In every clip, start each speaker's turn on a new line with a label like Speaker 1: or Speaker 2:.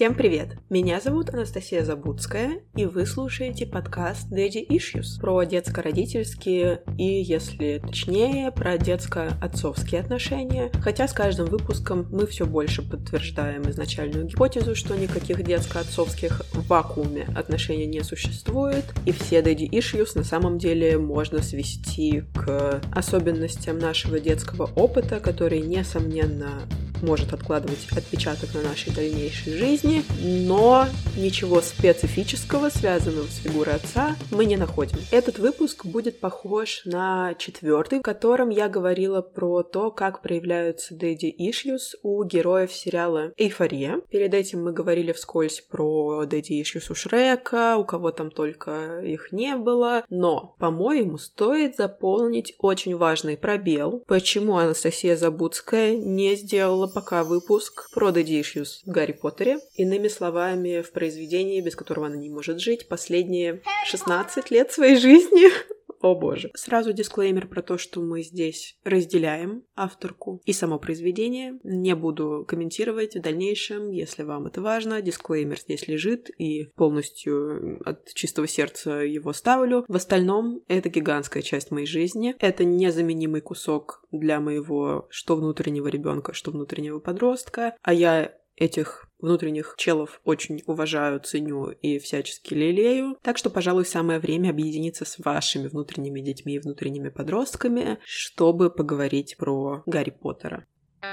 Speaker 1: Всем привет! Меня зовут Анастасия Забудская, и вы слушаете подкаст Daddy Issues про детско-родительские и, если точнее, про детско-отцовские отношения. Хотя с каждым выпуском мы все больше подтверждаем изначальную гипотезу, что никаких детско-отцовских в вакууме отношений не существует, и все Daddy Issues на самом деле можно свести к особенностям нашего детского опыта, который, несомненно, может откладывать отпечаток на нашей дальнейшей жизни, но ничего специфического, связанного с фигурой отца, мы не находим. Этот выпуск будет похож на 4-й, в котором я говорила про то, как проявляются daddy issues у героев сериала «Эйфория». Перед этим мы говорили вскользь про daddy issues у Шрека, у кого там только их не было, но, по-моему, стоит заполнить очень важный пробел, почему Анастасия Забудская не сделала пока выпуск про daddy issues в Гарри Поттере. Иными словами, в произведении, без которого она не может жить, последние 16 лет своей жизни. О боже. Сразу дисклеймер про то, что мы здесь разделяем авторку и само произведение. Не буду комментировать в дальнейшем, если вам это важно. Дисклеймер здесь лежит, и полностью от чистого сердца его ставлю. В остальном, это гигантская часть моей жизни. Это незаменимый кусок для моего что внутреннего ребенка, что внутреннего подростка. А я этих внутренних челов очень уважаю, ценю и всячески лелею. Так что, пожалуй, самое время объединиться с вашими внутренними детьми и внутренними подростками, чтобы поговорить про Гарри Поттера.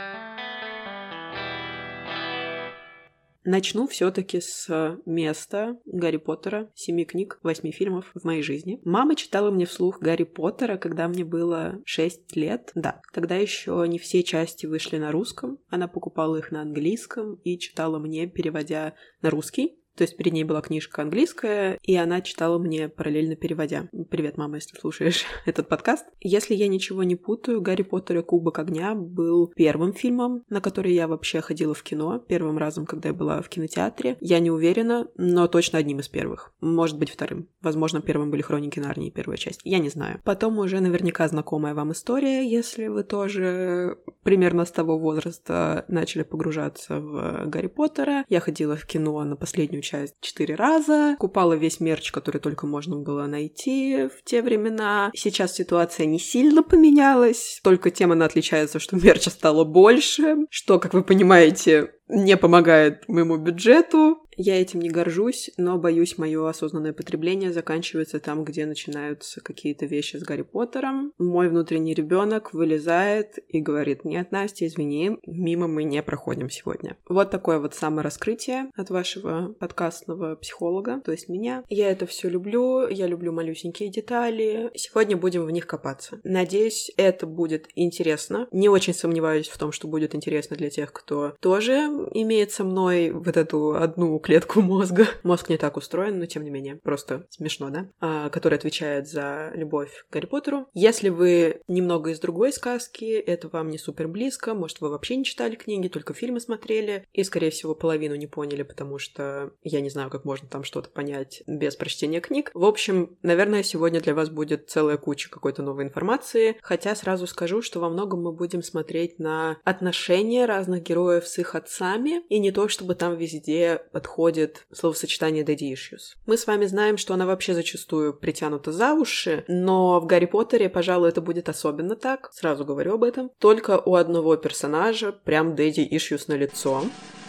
Speaker 1: Начну все-таки с места Гарри Поттера, 7 книг, 8 фильмов в моей жизни. Мама читала мне вслух Гарри Поттера, когда мне было 6 лет. Да, тогда еще не все части вышли на русском. Она покупала их на английском и читала мне, переводя на русский. То есть перед ней была книжка английская, и она читала мне, параллельно переводя. Привет, мама, если слушаешь этот подкаст. Если я ничего не путаю, «Гарри Поттер и Кубок огня» был первым фильмом, на который я вообще ходила в кино, первым разом, когда я была в кинотеатре. Я не уверена, но точно одним из первых. Может быть, вторым. Возможно, первым были «Хроники Нарнии», первая часть. Я не знаю. Потом уже наверняка знакомая вам история, если вы тоже примерно с того возраста начали погружаться в Гарри Поттера. Я ходила в кино на последнюю часть 4 раза, купала весь мерч, который только можно было найти в те времена. Сейчас ситуация не сильно поменялась, только тем она отличается, что мерча стало больше, что, как вы понимаете, не помогает моему бюджету. Я этим не горжусь, но, боюсь, мое осознанное потребление заканчивается там, где начинаются какие-то вещи с Гарри Поттером. Мой внутренний ребенок вылезает и говорит: «Нет, Настя, извини, мимо мы не проходим сегодня». Вот такое вот самораскрытие от вашего подкастного психолога, то есть меня. Я это все люблю, я люблю малюсенькие детали. Сегодня будем в них копаться. Надеюсь, это будет интересно. Не очень сомневаюсь в том, что будет интересно для тех, кто тоже имеет со мной вот эту одну клетку мозга. Мозг не так устроен, но тем не менее. Просто смешно, да? Который отвечает за любовь к Гарри Поттеру. Если вы немного из другой сказки, это вам не супер близко, может, вы вообще не читали книги, только фильмы смотрели, и, скорее всего, половину не поняли, потому что я не знаю, как можно там что-то понять без прочтения книг. В общем, наверное, сегодня для вас будет целая куча какой-то новой информации, хотя сразу скажу, что во многом мы будем смотреть на отношения разных героев с их отцами, и не то, чтобы там везде подходит словосочетание daddy issues. Мы с вами знаем, что она вообще зачастую притянута за уши, но в Гарри Поттере, пожалуй, это будет особенно так, сразу говорю об этом. Только у одного персонажа прям daddy issues налицо.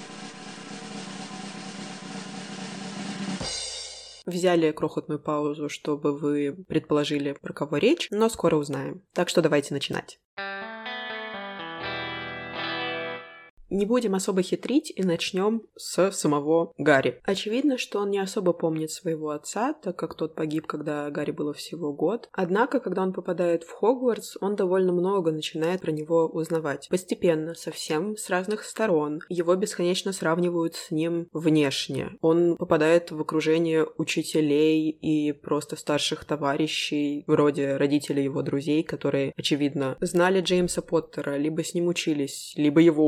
Speaker 1: Взяли крохотную паузу, чтобы вы предположили, про кого речь, но скоро узнаем. Так что давайте начинать. Не будем особо хитрить и начнем с самого Гарри. Очевидно, что он не особо помнит своего отца, так как тот погиб, когда Гарри было всего год. Однако, когда он попадает в Хогвартс, он довольно много начинает про него узнавать. Постепенно, совсем с разных сторон. Его бесконечно сравнивают с ним внешне. Он попадает в окружение учителей и просто старших товарищей, вроде родителей его друзей, которые, очевидно, знали Джеймса Поттера, либо с ним учились, либо его учили,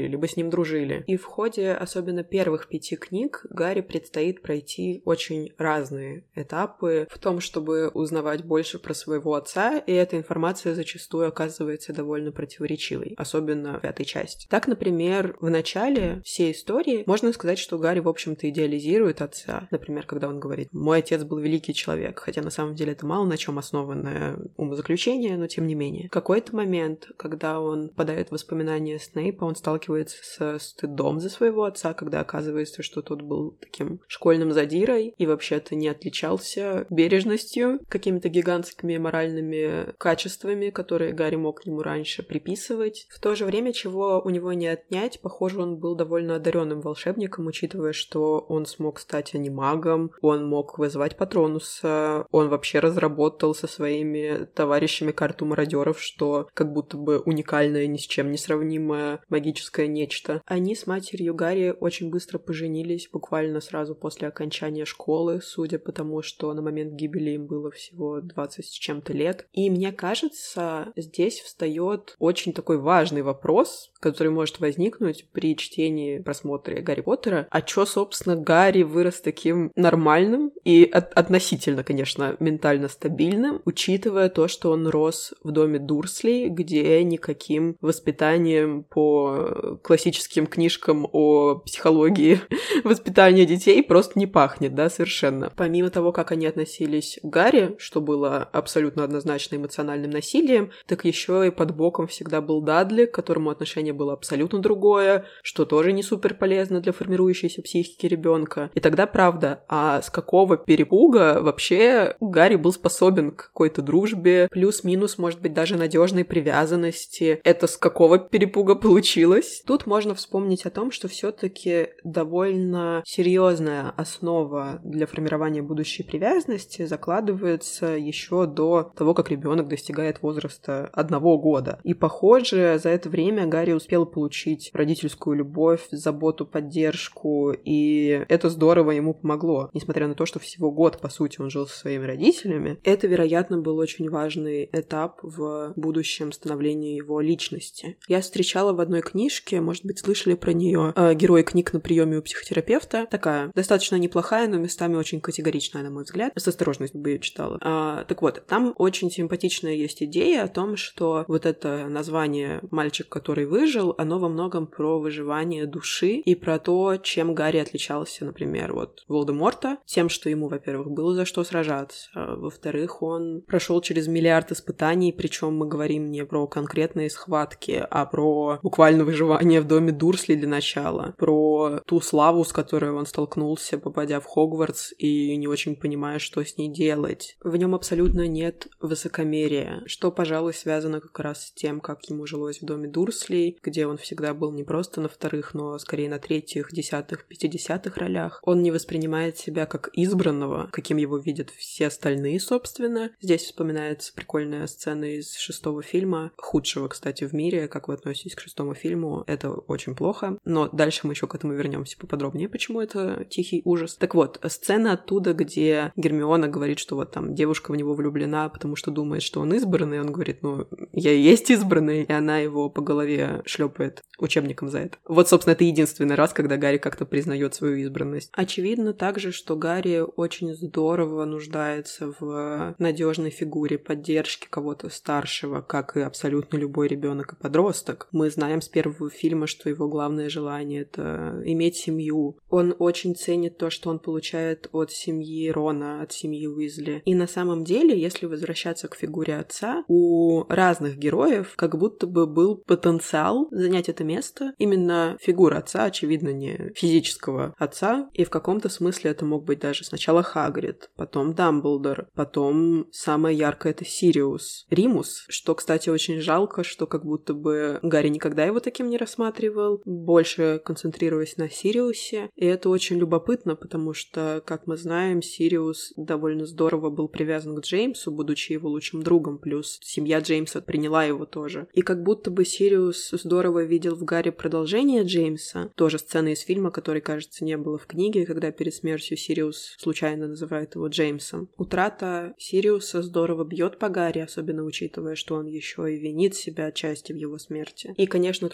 Speaker 1: либо с ним дружили. И в ходе особенно первых 5 книг Гарри предстоит пройти очень разные этапы в том, чтобы узнавать больше про своего отца, и эта информация зачастую оказывается довольно противоречивой, особенно в 5-й части. Так, например, в начале всей истории можно сказать, что Гарри, в общем-то, идеализирует отца. Например, когда он говорит: «Мой отец был великий человек», хотя на самом деле это мало на чем основанное умозаключение, но тем не менее. В какой-то момент, когда он попадает в воспоминания Снейпа, он сталкивается со стыдом за своего отца, когда оказывается, что тот был таким школьным задирой и вообще-то не отличался бережностью, какими-то гигантскими моральными качествами, которые Гарри мог ему раньше приписывать. В то же время, чего у него не отнять, похоже, он был довольно одаренным волшебником, учитывая, что он смог стать анимагом, он мог вызывать Патронуса, он вообще разработал со своими товарищами карту мародеров, что как будто бы уникальное, ни с чем не сравнимое магическое нечто. Они с матерью Гарри очень быстро поженились, буквально сразу после окончания школы, судя по тому, что на момент гибели им было всего 20 с чем-то лет. И мне кажется, здесь встает очень такой важный вопрос, который может возникнуть при чтении, просмотре Гарри Поттера. А чё, собственно, Гарри вырос таким нормальным и относительно, конечно, ментально стабильным, учитывая то, что он рос в доме Дурслей, где никаким воспитанием по классическим книжкам о психологии воспитания детей просто не пахнет, да, совершенно. Помимо того, как они относились к Гарри, что было абсолютно однозначно эмоциональным насилием, так еще и под боком всегда был Дадли, к которому отношение было абсолютно другое, что тоже не супер полезно для формирующейся психики ребенка. И тогда правда, а с какого перепуга вообще Гарри был способен к какой-то дружбе, плюс-минус, может быть, даже надежной привязанности? Это с какого перепуга получилось? Тут можно вспомнить о том, что все-таки довольно серьезная основа для формирования будущей привязанности закладывается еще до того, как ребенок достигает возраста 1 года. И, похоже, за это время Гарри успел получить родительскую любовь, заботу, поддержку, и это здорово ему помогло. Несмотря на то, что всего год, по сути, он жил со своими родителями, это, вероятно, был очень важный этап в будущем становлении его личности. Я встречала в одной книжке, может быть, слышали про нее, «Герой книг на приеме у психотерапевта». Такая, достаточно неплохая, но местами очень категоричная, на мой взгляд. С осторожностью бы ее читала. Так вот, там очень симпатичная есть идея о том, что вот это название «Мальчик, который выжил», оно во многом про выживание души и про то, чем Гарри отличался, например, от Волдеморта, тем, что ему, во-первых, было за что сражаться, во-вторых, он прошел через миллиард испытаний, причем мы говорим не про конкретные схватки, а про буквально выживание в доме Дурсли для начала, про ту славу, с которой он столкнулся, попадя в Хогвартс и не очень понимая, что с ней делать. В нем абсолютно нет высокомерия, что, пожалуй, связано как раз с тем, как ему жилось в доме Дурслей, где он всегда был не просто на вторых, но скорее на 3-х, 10-х, 50-х ролях. Он не воспринимает себя как избранного, каким его видят все остальные, собственно. Здесь вспоминается прикольная сцена из 6-го фильма, худшего, кстати, в мире. Как вы относитесь к 6-му фильму? Это очень плохо. Но дальше мы еще к этому вернемся поподробнее, почему это тихий ужас. Так вот, сцена оттуда, где Гермиона говорит, что вот там девушка в него влюблена, потому что думает, что он избранный. Он говорит: ну, я и есть избранный. И она его по голове шлепает учебником за это. Вот, собственно, это единственный раз, когда Гарри как-то признает свою избранность. Очевидно также, что Гарри очень здорово нуждается в надежной фигуре поддержки кого-то старшего, как и абсолютно любой ребенок и подросток. Мы знаем с первого фильма, что его главное желание — это иметь семью. Он очень ценит то, что он получает от семьи Рона, от семьи Уизли. И на самом деле, если возвращаться к фигуре отца, у разных героев как будто бы был потенциал занять это место. Именно фигура отца, очевидно, не физического отца, и в каком-то смысле это мог быть даже сначала Хагрид, потом Дамблдор, потом самое яркое — это Сириус Римус, что, кстати, очень жалко, что как будто бы Гарри никогда его таким не рассматривал, больше концентрируясь на Сириусе, и это очень любопытно, потому что, как мы знаем, Сириус довольно здорово был привязан к Джеймсу, будучи его лучшим другом, плюс семья Джеймса приняла его тоже. И как будто бы Сириус здорово видел в Гарри продолжение Джеймса, тоже сцена из фильма, которой, кажется, не было в книге, когда перед смертью Сириус случайно называет его Джеймсом. Утрата Сириуса здорово бьет по Гарри, особенно учитывая, что он еще и винит себя отчасти в его смерти. И, конечно, тот факт,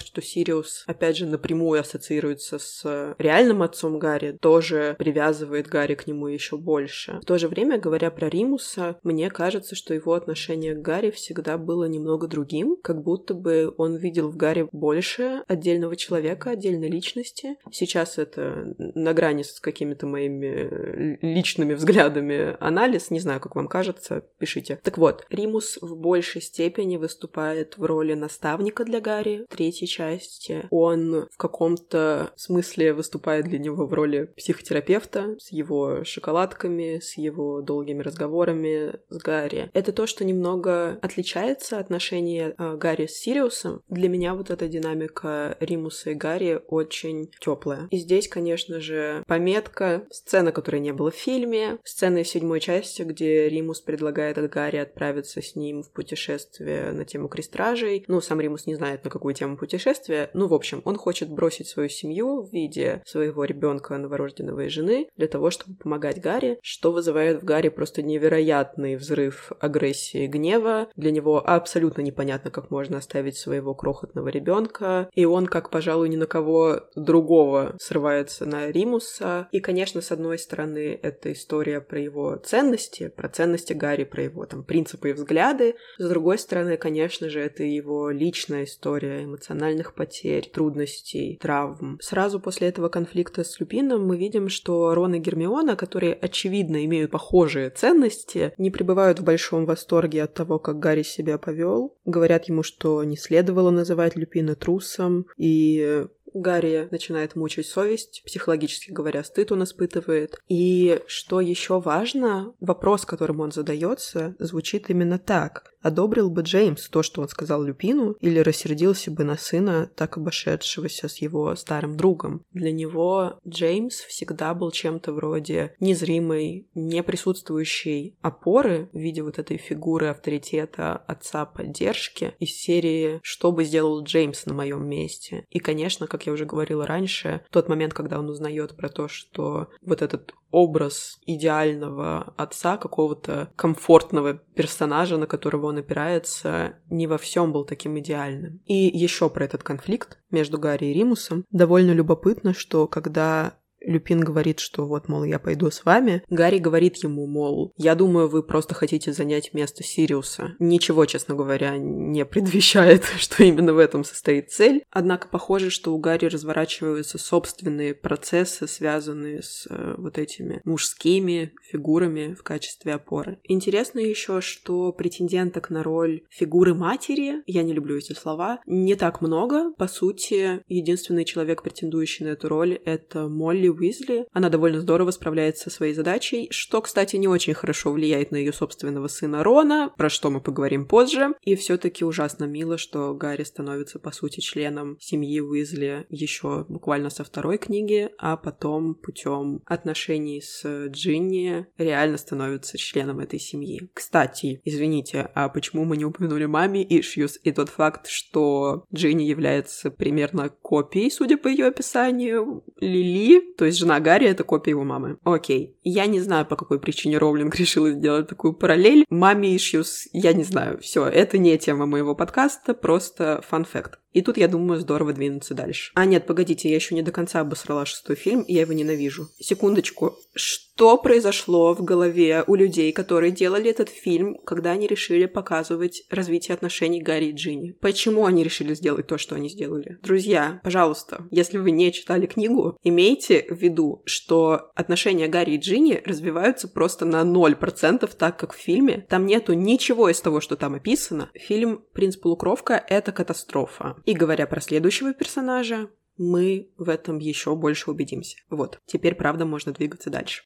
Speaker 1: что Сириус, опять же, напрямую ассоциируется с реальным отцом Гарри, тоже привязывает Гарри к нему еще больше. В то же время, говоря про Римуса, мне кажется, что его отношение к Гарри всегда было немного другим, как будто бы он видел в Гарри больше отдельного человека, отдельной личности. Сейчас это на грани с какими-то моими личными взглядами анализ, не знаю, как вам кажется, пишите. Так вот, Римус в большей степени выступает в роли наставника для Гарри в третьей части. Он в каком-то смысле выступает для него в роли психотерапевта с его шоколадками, с его долгими разговорами с Гарри. Это то, что немного отличается отношение Гарри с Сириусом. Для меня вот эта динамика Римуса и Гарри очень теплая. И здесь, конечно же, пометка, сцена, которой не было в фильме, сцена из 7 части, где Римус предлагает Гарри отправиться с ним в путешествие на тему крестражей. Ну, сам Римус не знает, на какую тему путешествия. Ну, в общем, он хочет бросить свою семью в виде своего ребенка, новорожденного и жены, для того, чтобы помогать Гарри, что вызывает в Гарри просто невероятный взрыв агрессии и гнева. Для него абсолютно непонятно, как можно оставить своего крохотного ребенка, и он, как, пожалуй, ни на кого другого срывается на Римуса. И, конечно, с одной стороны, это история про его ценности, про ценности Гарри, про его там принципы и взгляды. С другой стороны, конечно же, это его личная история эмоциональных потерь, трудностей, травм. Сразу после этого конфликта с Люпином мы видим, что Рон и Гермиона, которые, очевидно, имеют похожие ценности, не пребывают в большом восторге от того, как Гарри себя повел. Говорят ему, что не следовало называть Люпина трусом, и Гарри начинает мучить совесть, психологически говоря, стыд он испытывает. И что еще важно, вопрос, которым он задается, звучит именно так. Одобрил бы Джеймс то, что он сказал Люпину, или рассердился бы на сына, так обошедшегося с его старым другом? Для него Джеймс всегда был чем-то вроде незримой, неприсутствующей опоры в виде вот этой фигуры авторитета, отца поддержки из серии «Что бы сделал Джеймс на моем месте?». И, конечно, как я уже говорила раньше, тот момент, когда он узнает про то, что вот этот образ идеального отца, какого-то комфортного персонажа, на которого он опирается, не во всем был таким идеальным. И еще про этот конфликт между Гарри и Римусом. Довольно любопытно, что когда Люпин говорит, что вот, мол, я пойду с вами, Гарри говорит ему, мол, я думаю, вы просто хотите занять место Сириуса. Ничего, честно говоря, не предвещает, что именно в этом состоит цель. Однако похоже, что у Гарри разворачиваются собственные процессы, связанные с вот этими мужскими фигурами в качестве опоры. Интересно еще, что претенденток на роль фигуры матери, я не люблю эти слова, не так много. По сути, единственный человек, претендующий на эту роль, это Молли Уизли. Она довольно здорово справляется со своей задачей, что, кстати, не очень хорошо влияет на ее собственного сына Рона, про что мы поговорим позже. И все-таки ужасно мило, что Гарри становится, по сути, членом семьи Уизли еще буквально со 2 книги, а потом путем отношений с Джинни реально становится членом этой семьи. Кстати, извините, а почему мы не упомянули маме issues и тот факт, что Джинни является примерно копией, судя по ее описанию, Лили? То есть жена Гарри — это копия его мамы. Окей. Я не знаю, по какой причине Роулинг решила сделать такую параллель. Маме issues, я не знаю. Все, это не тема моего подкаста, просто фан-факт. И тут, я думаю, здорово двинуться дальше. А нет, погодите, я еще не до конца обосрала 6-й фильм, и я его ненавижу. Секундочку. Что произошло в голове у людей, которые делали этот фильм, когда они решили показывать развитие отношений Гарри и Джинни? Почему они решили сделать то, что они сделали? Друзья, пожалуйста, если вы не читали книгу, имейте в виду, что отношения Гарри и Джинни развиваются просто на 0%, так как в фильме. Там нету ничего из того, что там описано. Фильм «Принц Полукровка» — это катастрофа. И говоря про следующего персонажа, мы в этом еще больше убедимся. Вот, теперь, правда, можно двигаться дальше.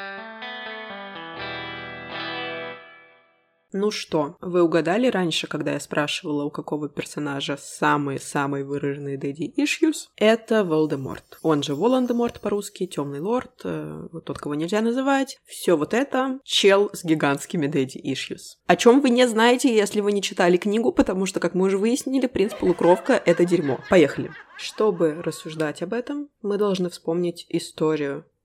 Speaker 1: Ну что, вы угадали раньше, когда я спрашивала, у какого персонажа самые-самые выраженные daddy issues? Это Волдеморт. Он же Волан-де-Морт по-русски, Темный лорд, вот тот, кого нельзя называть. Все вот это чел с гигантскими daddy issues. О чем вы не знаете, если вы не читали книгу, потому что, как мы уже выяснили, принц Полукровка — это дерьмо. Поехали. Чтобы рассуждать об этом, мы должны вспомнить историю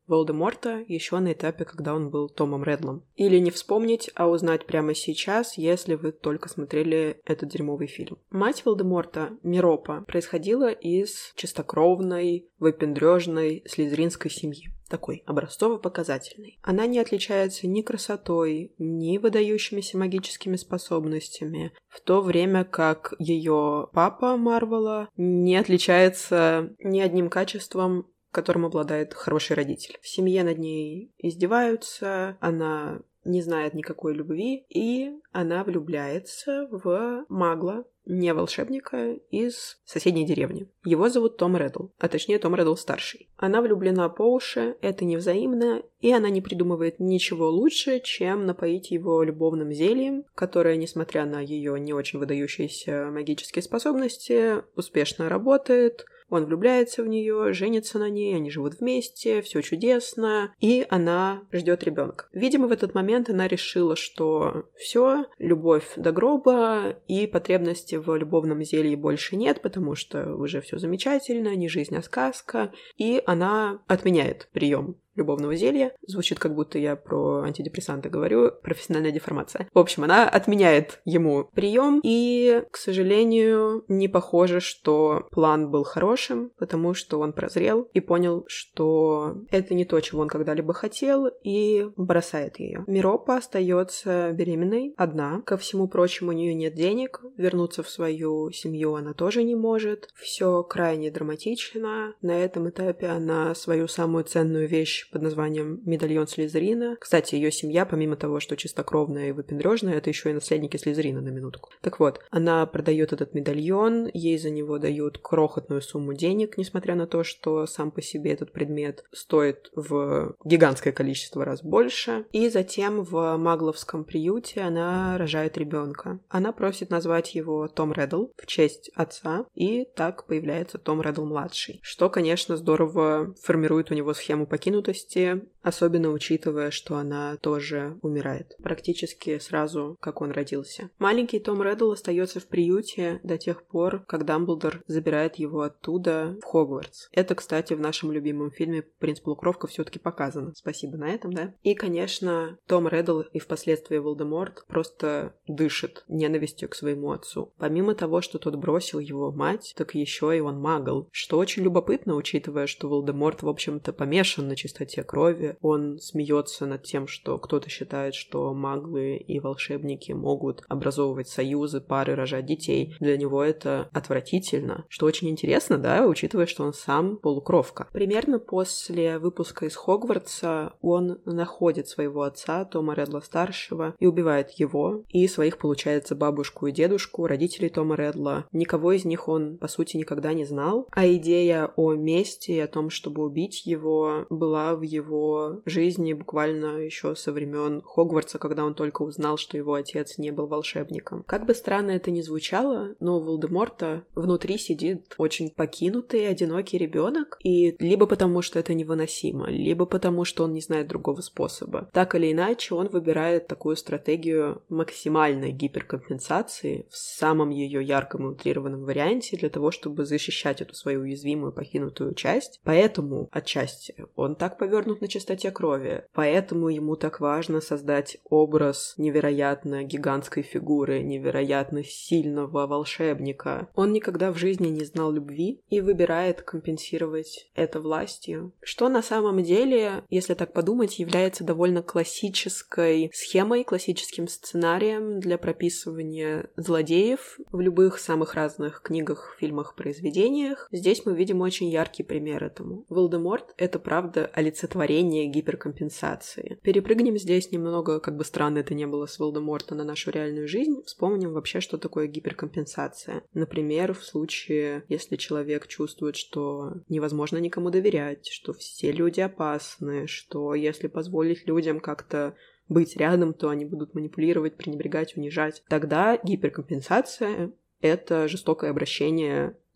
Speaker 1: Волдеморта еще на этапе, когда он был Томом Реддлом. Или не вспомнить, а узнать прямо сейчас, если вы только смотрели этот дерьмовый фильм. Мать Волдеморта, Миропа, происходила из чистокровной, выпендрежной слизеринской семьи. Такой образцово-показательный. Она не отличается ни красотой, ни выдающимися магическими способностями, в то время как ее папа Марвела не отличается ни одним качеством, которым обладает хороший родитель. В семье над ней издеваются, она не знает никакой любви, и она влюбляется в магла, не волшебника, из соседней деревни. Его зовут Том Реддл, а точнее Том Реддл старший. Она влюблена по уши, это невзаимно, и она не придумывает ничего лучше, чем напоить его любовным зельем, которое, несмотря на ее не очень выдающиеся магические способности, успешно работает. Он влюбляется в нее, женится на ней, они живут вместе, все чудесно, и она ждет ребенка. Видимо, в этот момент она решила, что все, любовь до гроба, и потребности в любовном зелье больше нет, потому что уже все замечательно, не жизнь, а сказка, и она отменяет прием любовного зелья. Звучит, как будто я про антидепрессанты говорю. Профессиональная деформация. В общем, она отменяет ему прием, и, к сожалению, не похоже, что план был хорошим, потому что он прозрел и понял, что это не то, чего он когда-либо хотел, и бросает ее. Миропа остается беременной, одна. Ко всему прочему, у нее нет денег, вернуться в свою семью она тоже не может. Все крайне драматично. На этом этапе она свою самую ценную вещь под названием «Медальон Слизерина». Кстати, ее семья, помимо того, что чистокровная и выпендрежная, это еще и наследники Слизерина, на минутку. Так вот, она продает этот медальон, ей за него дают крохотную сумму денег, несмотря на то, что сам по себе этот предмет стоит в гигантское количество раз больше. И затем в магловском приюте она рожает ребенка. Она просит назвать его Том Реддл в честь отца, и так появляется Том Реддл-младший, что, конечно, здорово формирует у него схему покинутости, особенно учитывая, что она тоже умирает. Практически сразу, как он родился. Маленький Том Реддл остается в приюте до тех пор, как Дамблдор забирает его оттуда в Хогвартс. Это, кстати, в нашем любимом фильме «Принц Полукровка» все-таки показано. Спасибо на этом, да? И, конечно, Том Реддл и впоследствии Волдеморт просто дышит ненавистью к своему отцу. Помимо того, что тот бросил его мать, так еще и он магл. Что очень любопытно, учитывая, что Волдеморт, в общем-то, помешан на чистоте крови. Он смеется над тем, что кто-то считает, что маглы и волшебники могут образовывать союзы, пары, рожать детей. Для него это отвратительно. Что очень интересно, да, учитывая, что он сам полукровка. Примерно после выпуска из Хогвартса он находит своего отца, Тома Реддла-старшего, и убивает его, и своих, получается, бабушку и дедушку, родителей Тома Реддла. Никого из них он, по сути, никогда не знал. А идея о мести и о том, чтобы убить его, была в его жизни буквально еще со времен Хогвартса, когда он только узнал, что его отец не был волшебником. Как бы странно это ни звучало, но у Волдеморта внутри сидит очень покинутый, одинокий ребенок, и либо потому, что это невыносимо, либо потому, что он не знает другого способа. Так или иначе, он выбирает такую стратегию максимальной гиперкомпенсации в самом ее ярком и утрированном варианте для того, чтобы защищать эту свою уязвимую покинутую часть. Поэтому, отчасти, он так повернут на чистоте крови. Поэтому ему так важно создать образ невероятно гигантской фигуры, невероятно сильного волшебника. Он никогда в жизни не знал любви и выбирает компенсировать это властью. Что на самом деле, если так подумать, является довольно классической схемой, классическим сценарием для прописывания злодеев в любых самых разных книгах, фильмах, произведениях. Здесь мы видим очень яркий пример этому. Волдеморт — это, правда, олицетворение гиперкомпенсации. Перепрыгнем здесь немного, как бы странно это ни было, с Волдеморта на нашу реальную жизнь, вспомним вообще, что такое гиперкомпенсация. Например, в случае, если человек чувствует, что невозможно никому доверять, что все люди опасны, что если позволить людям как-то быть рядом, то они будут манипулировать, пренебрегать, унижать. Тогда гиперкомпенсация — это жестокое обращение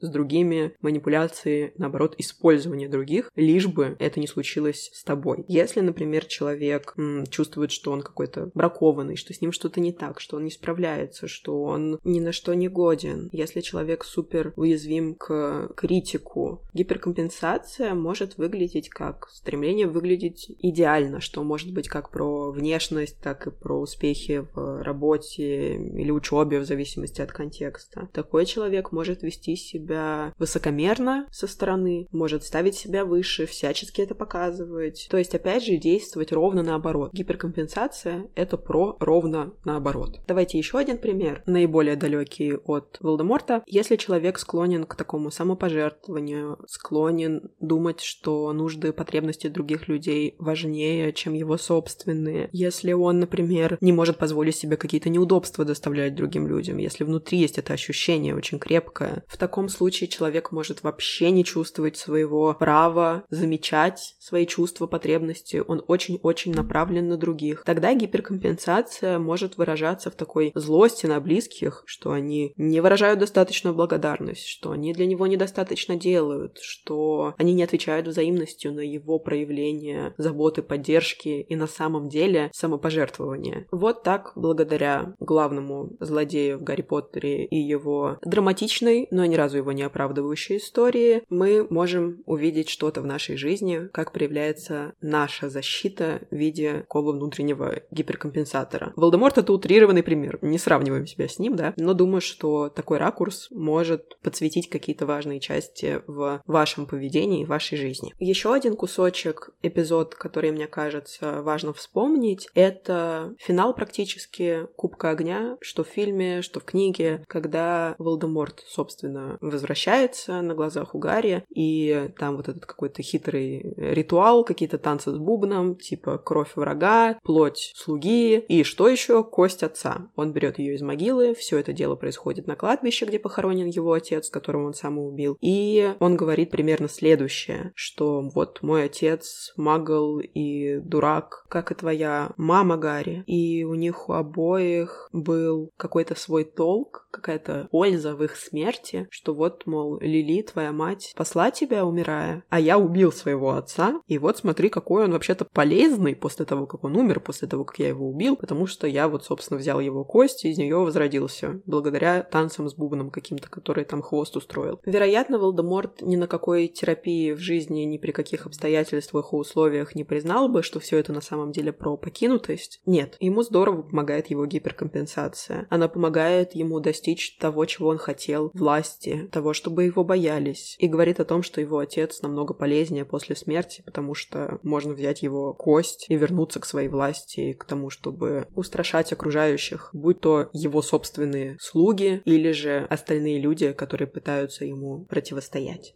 Speaker 1: с другими, манипуляции, наоборот, использование других, лишь бы это не случилось с тобой. Если, например, человек чувствует, что он какой-то бракованный, что с ним что-то не так, что он не справляется, что он ни на что не годен, если человек супер уязвим к критику, гиперкомпенсация может выглядеть как стремление выглядеть идеально, что может быть как про внешность, так и про успехи в работе или учебе, в зависимости от контекста. Такой человек может вести себя высокомерно со стороны, может ставить себя выше, всячески это показывать. То есть, опять же, действовать ровно наоборот. Гиперкомпенсация — это про ровно наоборот. Давайте еще один пример, наиболее далекий от Волдеморта. Если человек склонен к такому самопожертвованию, склонен думать, что нужды, потребности других людей важнее, чем его собственные, если он, например, не может позволить себе какие-то неудобства доставлять другим людям, если внутри есть это ощущение очень крепкое, в таком случае человек может вообще не чувствовать своего права замечать свои чувства, потребности, он очень-очень направлен на других. Тогда гиперкомпенсация может выражаться в такой злости на близких, что они не выражают достаточную благодарность, что они для него недостаточно делают, что они не отвечают взаимностью на его проявление заботы, поддержки и на самом деле самопожертвования. Вот так, благодаря главному злодею в Гарри Поттере и его драматичной, но ни разу его не оправдывающей истории, мы можем увидеть что-то в нашей жизни, как проявляется наша защита в виде такого внутреннего гиперкомпенсатора. Волдеморт — это утрированный пример. Не сравниваем себя с ним, да? Но думаю, что такой ракурс может подсветить какие-то важные части в вашем поведении, в вашей жизни. Еще один кусочек, эпизод, который, мне кажется, важно вспомнить, это финал практически Кубка огня, что в фильме, что в книге, когда Волдеморт, собственно, возвращается на глазах у Гарри, и там вот этот какой-то хитрый ритуал, какие-то танцы с бубном, типа кровь врага, плоть слуги, и что еще? Кость отца. Он берет ее из могилы, все это дело происходит на кладбище, где похоронен его отец, которого он сам убил, и он говорит примерно следующее, что вот мой отец магл и дурак, как и твоя мама, Гарри, и у них у обоих был какой-то свой толк, какая-то польза в их смерти, что вот, мол, Лили, твоя мать, спасла тебя, умирая, а я убил своего отца, и вот смотри, какой он вообще-то полезный после того, как он умер, после того, как я его убил, потому что я вот, собственно, взял его кость и из нее возродился, благодаря танцам с бубном каким-то, который там хвост устроил. Вероятно, Волдеморт ни на какой терапии в жизни, ни при каких обстоятельствах и условиях не признал бы, что все это на самом деле про покинутость. Нет, ему здорово помогает его гиперкомпенсация. Она помогает ему достичь того, чего он хотел, власти, того, чтобы его боялись. И говорит о том, что его отец намного полезнее после смерти, потому что можно взять его кость и вернуться к своей власти, к тому, чтобы устрашать окружающих, будь то его собственные слуги или же остальные люди, которые пытаются ему противостоять.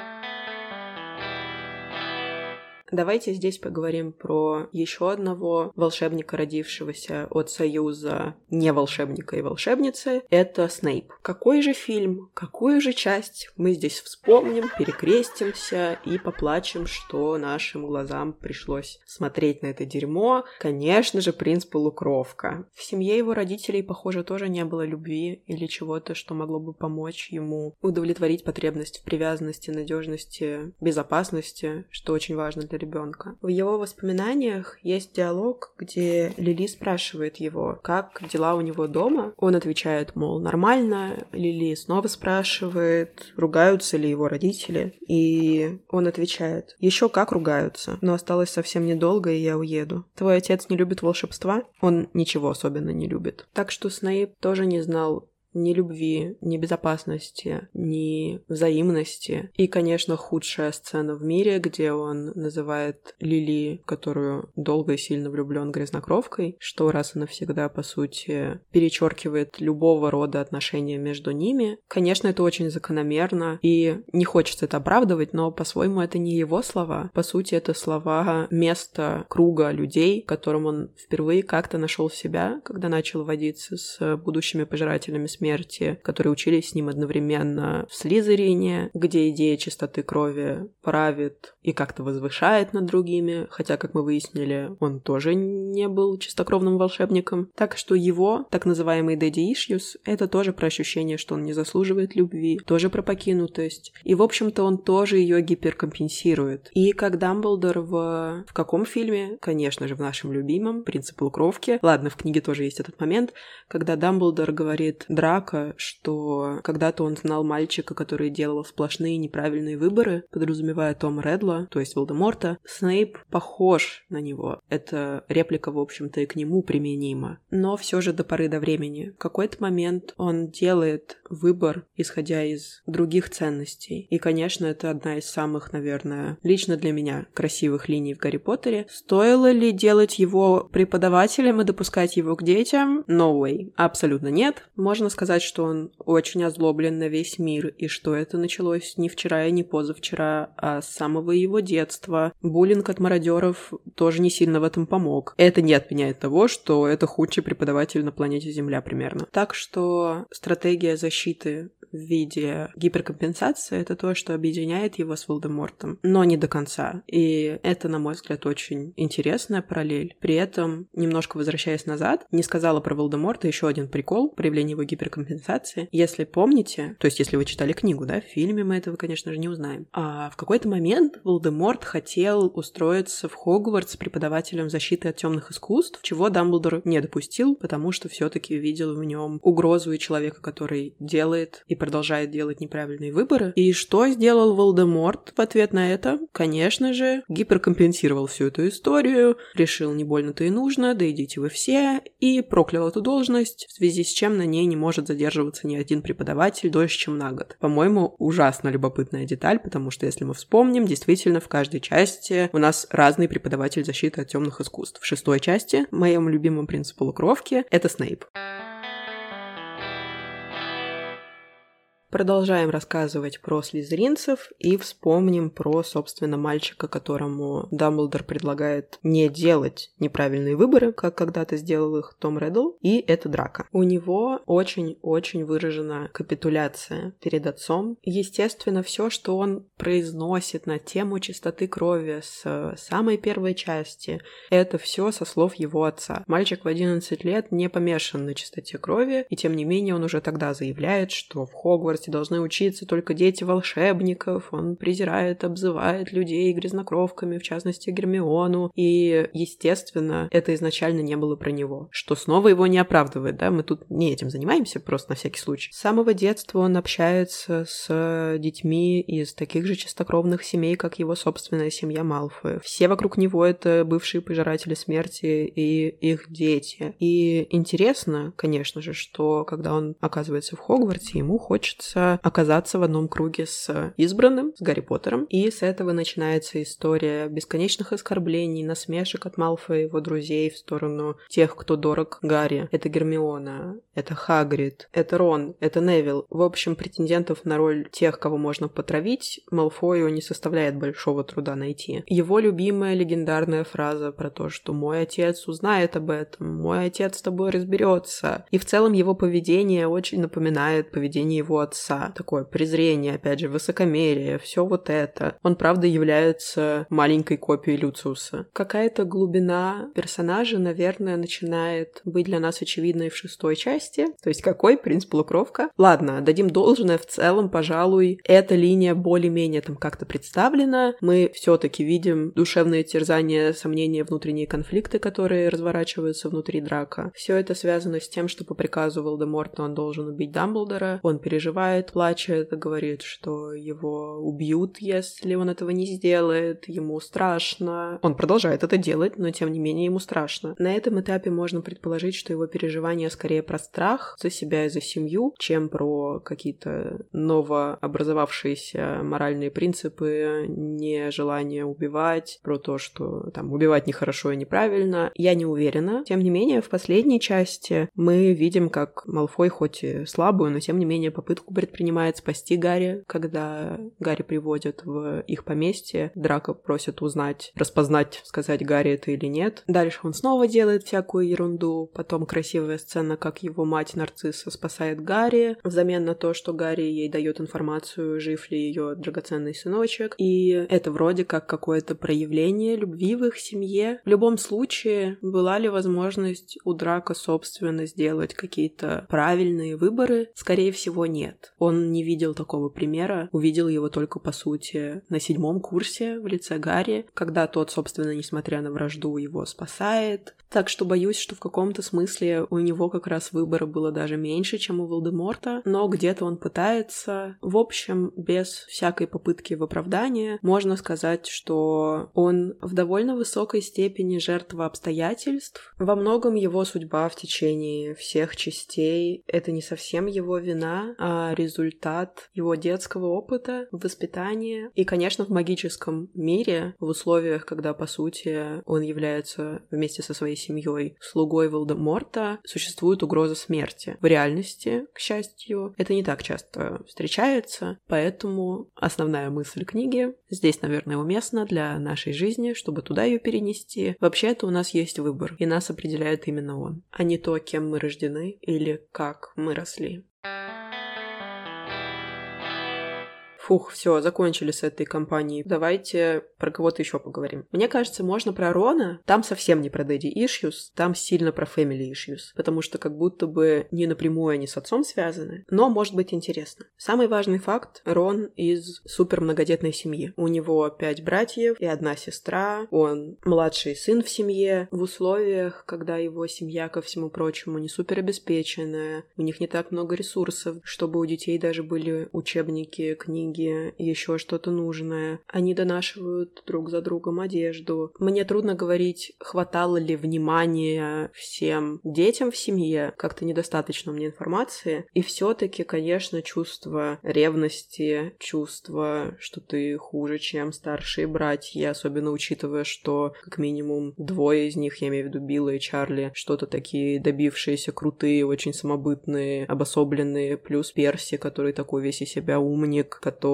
Speaker 1: Давайте здесь поговорим про еще одного волшебника, родившегося от союза не волшебника и волшебницы. Это Снейп. Какой же фильм, какую же часть мы здесь вспомним, перекрестимся и поплачем, что нашим глазам пришлось смотреть на это дерьмо? Конечно же, принц Полукровка. В семье его родителей, похоже, тоже не было любви или чего-то, что могло бы помочь ему удовлетворить потребность в привязанности, надежности, безопасности, что очень важно для ребенка. В его воспоминаниях есть диалог, где Лили спрашивает его, как дела у него дома. Он отвечает, мол, нормально. Лили снова спрашивает, ругаются ли его родители. И он отвечает, еще как ругаются, но осталось совсем недолго, и я уеду. Твой отец не любит волшебства? Он ничего особенно не любит. Так что Снейп тоже не знал ни любви, ни безопасности, ни взаимности. И, конечно, худшая сцена в мире, где он называет Лили, которую долго и сильно влюблен, грязнокровкой, что раз и навсегда, по сути, перечеркивает любого рода отношения между ними. Конечно, это очень закономерно, и не хочется это оправдывать, но по-своему это не его слова. По сути, это слова места, круга людей, в котором он впервые как-то нашел себя, когда начал водиться с будущими пожирателями смерти, смерти, которые учились с ним одновременно в Слизерине, где идея чистоты крови правит и как-то возвышает над другими, хотя, как мы выяснили, он тоже не был чистокровным волшебником. Так что его так называемый daddy issues — это тоже про ощущение, что он не заслуживает любви, тоже про покинутость. И, в общем-то, он тоже ее гиперкомпенсирует. И как Дамблдор в каком фильме? Конечно же, в нашем любимом «Принце полукровки». Ладно, в книге тоже есть этот момент, когда Дамблдор говорит Драко, что когда-то он знал мальчика, который делал сплошные неправильные выборы, подразумевая Тома Редла, то есть Волдеморта. Снейп похож на него. Это реплика, в общем-то, и к нему применима. Но все же до поры до времени. В какой-то момент он делает выбор, исходя из других ценностей. И, конечно, это одна из самых, наверное, лично для меня красивых линий в Гарри Поттере. Стоило ли делать его преподавателем и допускать его к детям? No way. Абсолютно нет. Можно сказать, что он очень озлоблен на весь мир, и что это началось не вчера и не позавчера, а с самого его детства. Буллинг от мародеров тоже не сильно в этом помог. Это не отменяет того, что это худший преподаватель на планете Земля примерно. Так что стратегия защиты в виде гиперкомпенсации — это то, что объединяет его с Волдемортом, но не до конца. И это, на мой взгляд, очень интересная параллель. При этом, немножко возвращаясь назад, не сказала про Волдеморта еще один прикол проявления его гиперкомпенсации. Если помните, то есть если вы читали книгу, да, в фильме мы этого, конечно же, не узнаем. А в какой-то момент Волдеморт хотел устроиться в Хогвартс преподавателем защиты от темных искусств, чего Дамблдор не допустил, потому что все-таки видел в нем угрозу и человека, который делает и продолжает делать неправильные выборы. И что сделал Волдеморт в ответ на это? Конечно же, гиперкомпенсировал всю эту историю, решил, не больно-то и нужно, да идите вы все, и проклял эту должность, в связи с чем на ней не может задерживаться ни один преподаватель дольше, чем на год. По-моему, ужасно любопытная деталь, потому что, если мы вспомним, действительно, в каждой части у нас разный преподаватель защиты от темных искусств. В 6 части, моем любимом «Принце полукровки», это Снейп. Продолжаем рассказывать про слизеринцев и вспомним про, собственно, мальчика, которому Дамблдор предлагает не делать неправильные выборы, как когда-то сделал их Том Реддл, и это Драко. У него очень-очень выражена капитуляция перед отцом. Естественно, все, что он произносит на тему чистоты крови с самой первой части, это все со слов его отца. Мальчик в 11 лет не помешан на чистоте крови, и тем не менее он уже тогда заявляет, что в Хогвартсе должны учиться только дети волшебников. Он презирает, обзывает людей грязнокровками, в частности Гермиону. И, естественно, это изначально не было про него. Что снова его не оправдывает, да? Мы тут не этим занимаемся, просто на всякий случай. С самого детства он общается с детьми из таких же чистокровных семей, как его собственная семья Малфоев. Все вокруг него — это бывшие пожиратели смерти и их дети. И интересно, конечно же, что когда он оказывается в Хогвартсе, ему хочется оказаться в одном круге с избранным, с Гарри Поттером. И с этого начинается история бесконечных оскорблений, насмешек от Малфоя и его друзей в сторону тех, кто дорог Гарри. Это Гермиона, это Хагрид, это Рон, это Невилл. В общем, претендентов на роль тех, кого можно потравить, Малфою не составляет большого труда найти. Его любимая легендарная фраза про то, что «мой отец узнает об этом», «мой отец с тобой разберется». И в целом его поведение очень напоминает поведение его отца. Такое презрение, опять же, высокомерие, все вот это. Он, правда, является маленькой копией Люциуса. Какая-то глубина персонажа, наверное, начинает быть для нас очевидной в 6 части. То есть какой? Принц полукровка. Ладно, дадим должное, в целом, пожалуй, эта линия более-менее там как-то представлена. Мы все-таки видим душевные терзания, сомнения, внутренние конфликты, которые разворачиваются внутри Драко. Все это связано с тем, что по приказу Волдеморта он должен убить Дамблдора. Он переживает, плачет, говорит, что его убьют, если он этого не сделает, ему страшно. Он продолжает это делать, но тем не менее ему страшно. На этом этапе можно предположить, что его переживания скорее про страх за себя и за семью, чем про какие-то новообразовавшиеся моральные принципы, нежелание убивать, про то, что там убивать нехорошо и неправильно. Я не уверена. Тем не менее, в последней части мы видим, как Малфой, хоть и слабую, но тем не менее попытку предпринимает спасти Гарри, когда Гарри приводят в их поместье. Драко просит узнать, распознать, сказать, Гарри это или нет. Дальше он снова делает всякую ерунду. Потом красивая сцена, как его мать Нарцисса спасает Гарри взамен на то, что Гарри ей дает информацию, жив ли ее драгоценный сыночек. И это вроде как какое-то проявление любви в их семье. В любом случае, была ли возможность у Драко, собственно, сделать какие-то правильные выборы? Скорее всего, нет. Он не видел такого примера, увидел его только, по сути, на 7-м курсе в лице Гарри, когда тот, собственно, несмотря на вражду, его спасает. Так что боюсь, что в каком-то смысле у него как раз выбора было даже меньше, чем у Волдеморта, но где-то он пытается. В общем, без всякой попытки в оправдание, можно сказать, что он в довольно высокой степени жертва обстоятельств. Во многом его судьба в течение всех частей — это не совсем его вина, а результат его детского опыта, воспитания. И, конечно, в магическом мире, в условиях, когда, по сути, он является вместе со своей семьей слугой Волдеморта, существует угроза смерти. В реальности, к счастью, это не так часто встречается, поэтому основная мысль книги здесь, наверное, уместно для нашей жизни, чтобы туда ее перенести. Вообще-то у нас есть выбор, и нас определяет именно он, а не то, кем мы рождены или как мы росли. Фух, все, закончили с этой кампанией. Давайте про кого-то еще поговорим. Мне кажется, можно про Рона. Там совсем не про Daddy Issues, там сильно про Family Issues. Потому что как будто бы не напрямую они с отцом связаны, но может быть интересно. Самый важный факт: Рон из супер многодетной семьи. У него 5 братьев и 1 сестра. Он младший сын в семье. В условиях, когда его семья, ко всему прочему, не супер обеспеченная, у них не так много ресурсов, чтобы у детей даже были учебники, книги, еще что-то нужное. Они донашивают друг за другом одежду. Мне трудно говорить, хватало ли внимания всем детям в семье. Как-то недостаточно у меня информации. И все-таки, конечно, чувство ревности, чувство, что ты хуже, чем старшие братья, особенно учитывая, что как минимум 2 из них, я имею в виду Билла и Чарли, что-то такие добившиеся, крутые, очень самобытные, обособленные, плюс Перси, который такой весь из себя умник, который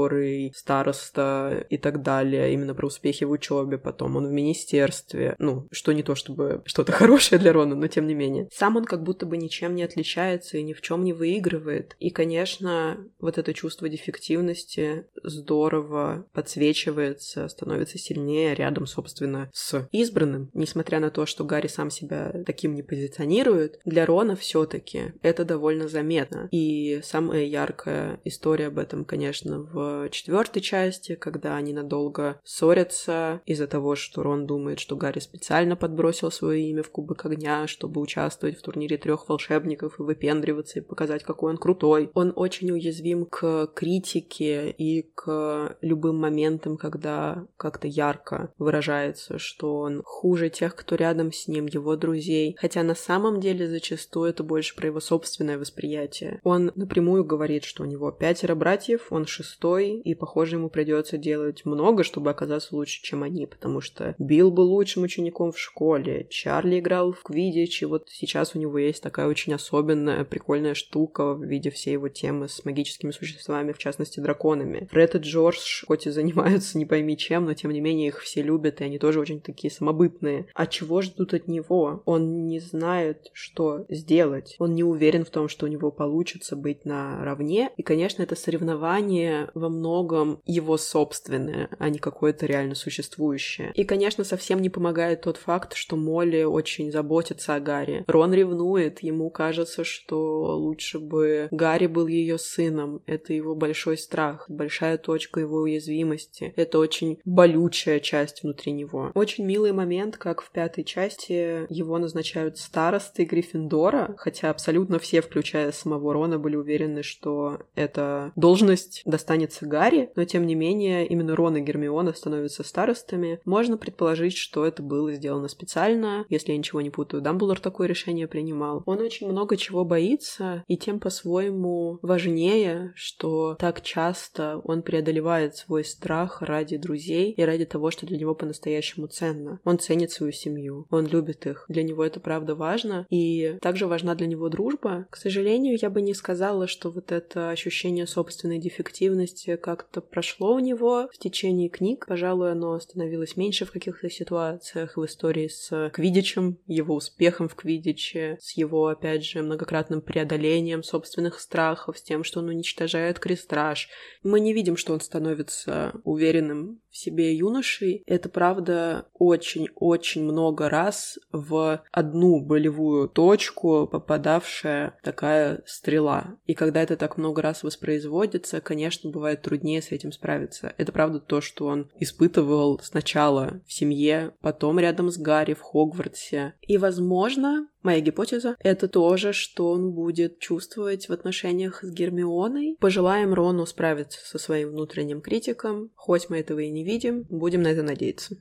Speaker 1: староста и так далее, именно про успехи в учебе, потом он в министерстве, что не то чтобы что-то хорошее для Рона, но тем не менее. Сам он как будто бы ничем не отличается и ни в чем не выигрывает. И, конечно, вот это чувство дефективности здорово подсвечивается, становится сильнее рядом, собственно, с избранным. Несмотря на то, что Гарри сам себя таким не позиционирует, для Рона все-таки это довольно заметно. И самая яркая история об этом, конечно, в 4-й части, когда они надолго ссорятся из-за того, что Рон думает, что Гарри специально подбросил свое имя в Кубок Огня, чтобы участвовать в турнире 3 волшебников и выпендриваться, и показать, какой он крутой. Он очень уязвим к критике и к любым моментам, когда как-то ярко выражается, что он хуже тех, кто рядом с ним, его друзей. Хотя на самом деле зачастую это больше про его собственное восприятие. Он напрямую говорит, что у него 5 братьев, он 6-й, и, похоже, ему придется делать много, чтобы оказаться лучше, чем они, потому что Билл был лучшим учеником в школе, Чарли играл в квиддич, и вот сейчас у него есть такая очень особенная, прикольная штука в виде всей его темы с магическими существами, в частности, драконами. Фред и Джордж хоть и занимаются не пойми чем, но тем не менее их все любят, и они тоже очень такие самобытные. А чего ждут от него? Он не знает, что сделать. Он не уверен в том, что у него получится быть наравне, и, конечно, это соревнование во многом его собственное, а не какое-то реально существующее. И, конечно, совсем не помогает тот факт, что Молли очень заботится о Гарри. Рон ревнует, ему кажется, что лучше бы Гарри был ее сыном. Это его большой страх, большая точка его уязвимости. Это очень болючая часть внутри него. Очень милый момент, как в 5-й части его назначают старостой Гриффиндора, хотя абсолютно все, включая самого Рона, были уверены, что эта должность достанется останется Гарри, но тем не менее именно Рон и Гермиона становятся старостами. Можно предположить, что это было сделано специально. Если я ничего не путаю, Дамблдор такое решение принимал. Он очень много чего боится, и тем по-своему важнее, что так часто он преодолевает свой страх ради друзей и ради того, что для него по-настоящему ценно. Он ценит свою семью, он любит их. Для него это правда важно, и также важна для него дружба. К сожалению, я бы не сказала, что вот это ощущение собственной дефективности как-то прошло у него в течение книг. Пожалуй, оно становилось меньше в каких-то ситуациях в истории с Квиддичем, его успехом в Квиддиче, с его, опять же, многократным преодолением собственных страхов, с тем, что он уничтожает Крестраж. Мы не видим, что он становится уверенным в себе юношей. Это, правда, очень-очень много раз в одну болевую точку попадавшая такая стрела. И когда это так много раз воспроизводится, конечно, бывает труднее с этим справиться. Это, правда, то, что он испытывал сначала в семье, потом рядом с Гарри в Хогвартсе. И, возможно, моя гипотеза — это тоже, что он будет чувствовать в отношениях с Гермионой. Пожелаем Рону справиться со своим внутренним критиком. Хоть мы этого и не видим, будем на это надеяться.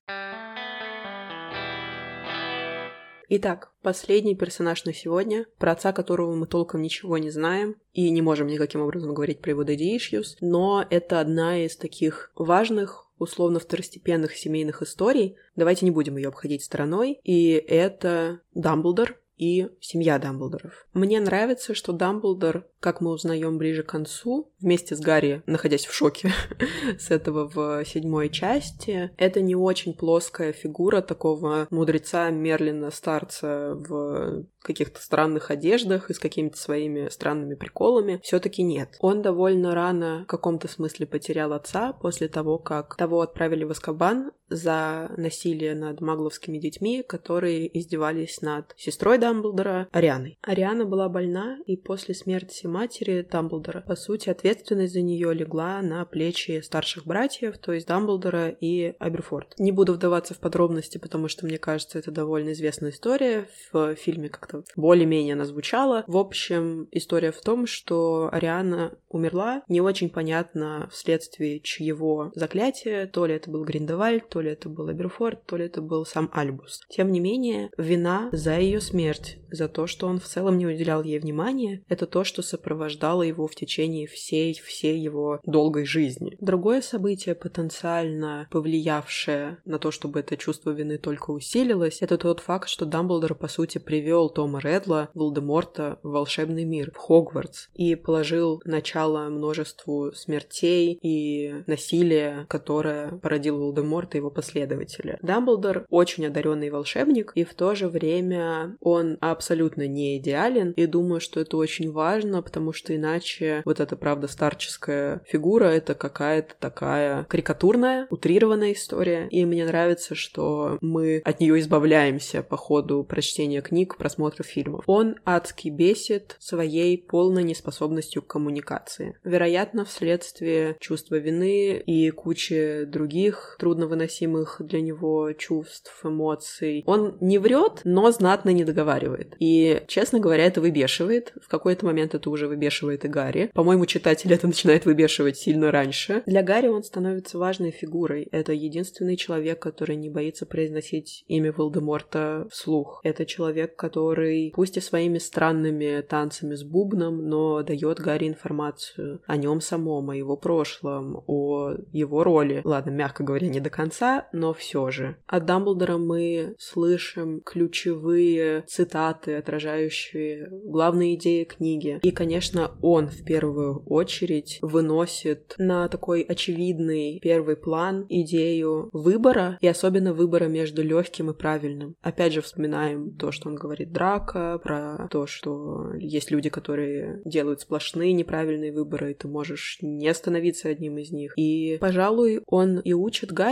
Speaker 1: Итак, последний персонаж на сегодня, про отца которого мы толком ничего не знаем и не можем никаким образом говорить про его daddy issues, но это одна из таких важных, условно второстепенных семейных историй. Давайте не будем ее обходить стороной. И это Дамблдор и семья Дамблдоров. Мне нравится, что Дамблдор, как мы узнаем ближе к концу, вместе с Гарри, находясь в шоке с этого в 7-й части, это не очень плоская фигура такого мудреца Мерлина старца в каких-то странных одеждах и с какими-то своими странными приколами. Все-таки нет. Он довольно рано в каком-то смысле потерял отца после того, как того отправили в Азкабан за насилие над магловскими детьми, которые издевались над сестрой Дамблдора Арианой. Ариана была больна, и после смерти матери Дамблдора, по сути, ответственность за нее легла на плечи старших братьев, то есть Дамблдора и Аберфорд. Не буду вдаваться в подробности, потому что, мне кажется, это довольно известная история. В фильме как-то более-менее она звучала. В общем, история в том, что Ариана умерла. Не очень понятно, вследствие чьего заклятия. То ли это был Гриндевальд, то ли это был Аберфорд, то ли это был сам Альбус. Тем не менее, вина за ее смерть, за то, что он в целом не уделял ей внимания, это то, что сопровождало его в течение всей его долгой жизни. Другое событие, потенциально повлиявшее на то, чтобы это чувство вины только усилилось, это тот факт, что Дамблдор, по сути, привел Тома Редла, Волдеморта, в волшебный мир, в Хогвартс, и положил начало множеству смертей и насилия, которое породил Волдеморт и его последователи. Дамблдор очень одаренный волшебник, и в то же время он абсолютно не идеален, и думаю, что это очень важно, потому что иначе вот эта, правда, старческая фигура — это какая-то такая карикатурная, утрированная история, и мне нравится, что мы от нее избавляемся по ходу прочтения книг, просмотра фильмов. Он адски бесит своей полной неспособностью к коммуникации. Вероятно, вследствие чувства вины и кучи других трудновыносимых для него чувств, эмоций. Он не врет, но знатно не договаривает. И, честно говоря, это выбешивает. В какой-то момент это уже выбешивает и Гарри. По-моему, читатель это начинает выбешивать сильно раньше. Для Гарри он становится важной фигурой. Это единственный человек, который не боится произносить имя Волдеморта вслух. Это человек, который, пусть и своими странными танцами с бубном, но дает Гарри информацию о нем самом, о его прошлом, о его роли. Ладно, мягко говоря, не до конца, но все же. От Дамблдора мы слышим ключевые цитаты, отражающие главные идеи книги. И, конечно, он в первую очередь выносит на такой очевидный первый план идею выбора, и особенно выбора между легким и правильным. Опять же, вспоминаем то, что он говорит Драко, про то, что есть люди, которые делают сплошные неправильные выборы, и ты можешь не становиться одним из них. И, пожалуй, он и учит Гарри этому.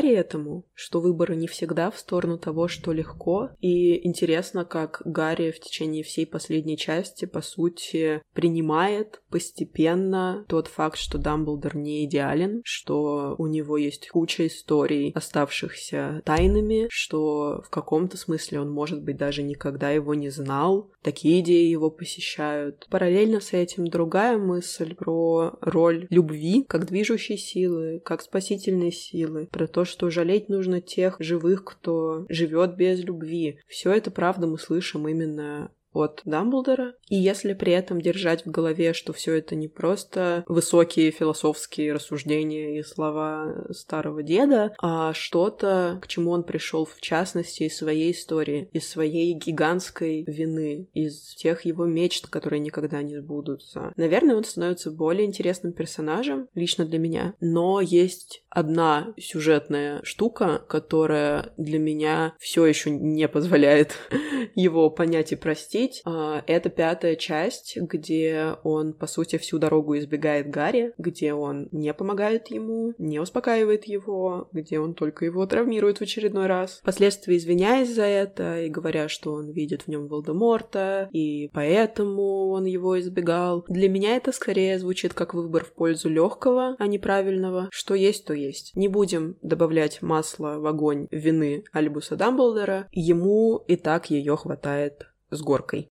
Speaker 1: этому, что выборы не всегда в сторону того, что легко, и интересно, как Гарри в течение всей последней части, по сути, принимает постепенно тот факт, что Дамблдор не идеален, что у него есть куча историй, оставшихся тайнами, что в каком-то смысле он, может быть, даже никогда его не знал, такие идеи его посещают. Параллельно с этим другая мысль про роль любви как движущей силы, как спасительной силы, про то, что жалеть нужно тех живых, кто живет без любви. Все это, правда, мы слышим именно от Дамблдора. И если при этом держать в голове, что все это не просто высокие философские рассуждения и слова старого деда, а что-то, к чему он пришел в частности из своей истории, из своей гигантской вины, из тех его мечт, которые никогда не сбудутся. Наверное, он становится более интересным персонажем, лично для меня. Но есть одна сюжетная штука, которая для меня все еще не позволяет его понять и простить. Это 5-я часть, где он, по сути, всю дорогу избегает Гарри, где он не помогает ему, не успокаивает его, где он только его травмирует в очередной раз. Впоследствии извиняясь за это и говоря, что он видит в нем Волдеморта, и поэтому он его избегал. Для меня это скорее звучит как выбор в пользу легкого, а не правильного. Что есть, то есть. Не будем добавлять масла в огонь вины Альбуса Дамблдора, ему и так ее хватает с горкой.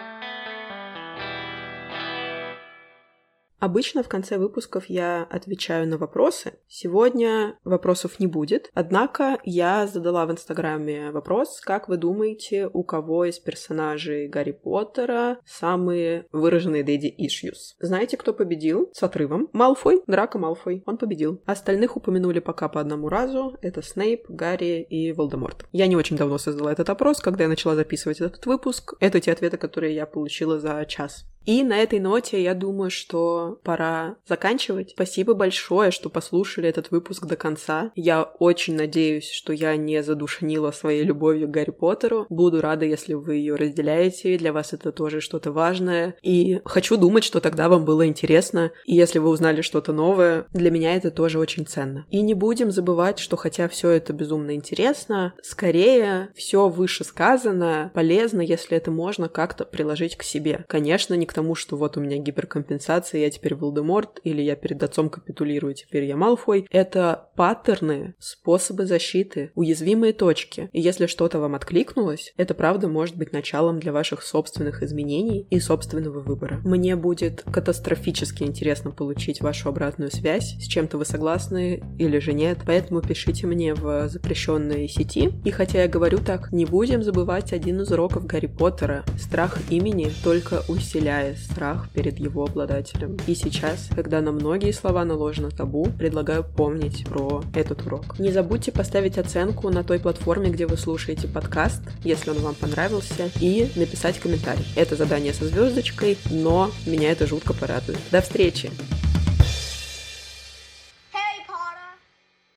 Speaker 1: Обычно в конце выпусков я отвечаю на вопросы. Сегодня вопросов не будет. Однако я задала в Инстаграме вопрос, как вы думаете, у кого из персонажей Гарри Поттера самые выраженные daddy issues? Знаете, кто победил? С отрывом. Малфой. Драко Малфой. Он победил. Остальных упомянули пока по одному разу. Это Снейп, Гарри и Волдеморт. Я не очень давно создала этот опрос, когда я начала записывать этот выпуск. Это те ответы, которые я получила за час. И на этой ноте я думаю, что пора заканчивать. Спасибо большое, что послушали этот выпуск до конца. Я очень надеюсь, что я не задушнила своей любовью к Гарри Поттеру. Буду рада, если вы ее разделяете, для вас это тоже что-то важное. И хочу думать, что тогда вам было интересно. И если вы узнали что-то новое, для меня это тоже очень ценно. И не будем забывать, что хотя все это безумно интересно, скорее все вышесказанное полезно, если это можно как-то приложить к себе. Конечно, не к тому, что вот у меня гиперкомпенсация, я теперь Волдеморт, или я перед отцом капитулирую, теперь я Малфой. Это паттерны, способы защиты, уязвимые точки. И если что-то вам откликнулось, это правда может быть началом для ваших собственных изменений и собственного выбора. Мне будет катастрофически интересно получить вашу обратную связь, с чем-то вы согласны или же нет, поэтому пишите мне в запрещенной сети. И хотя я говорю так, не будем забывать один из уроков Гарри Поттера. Страх имени только усиляет страх перед его обладателем. И сейчас, когда на многие слова наложено табу, предлагаю помнить про этот урок. Не забудьте поставить оценку на той платформе, где вы слушаете подкаст, если он вам понравился, и написать комментарий. Это задание со звездочкой, но меня это жутко порадует. До встречи!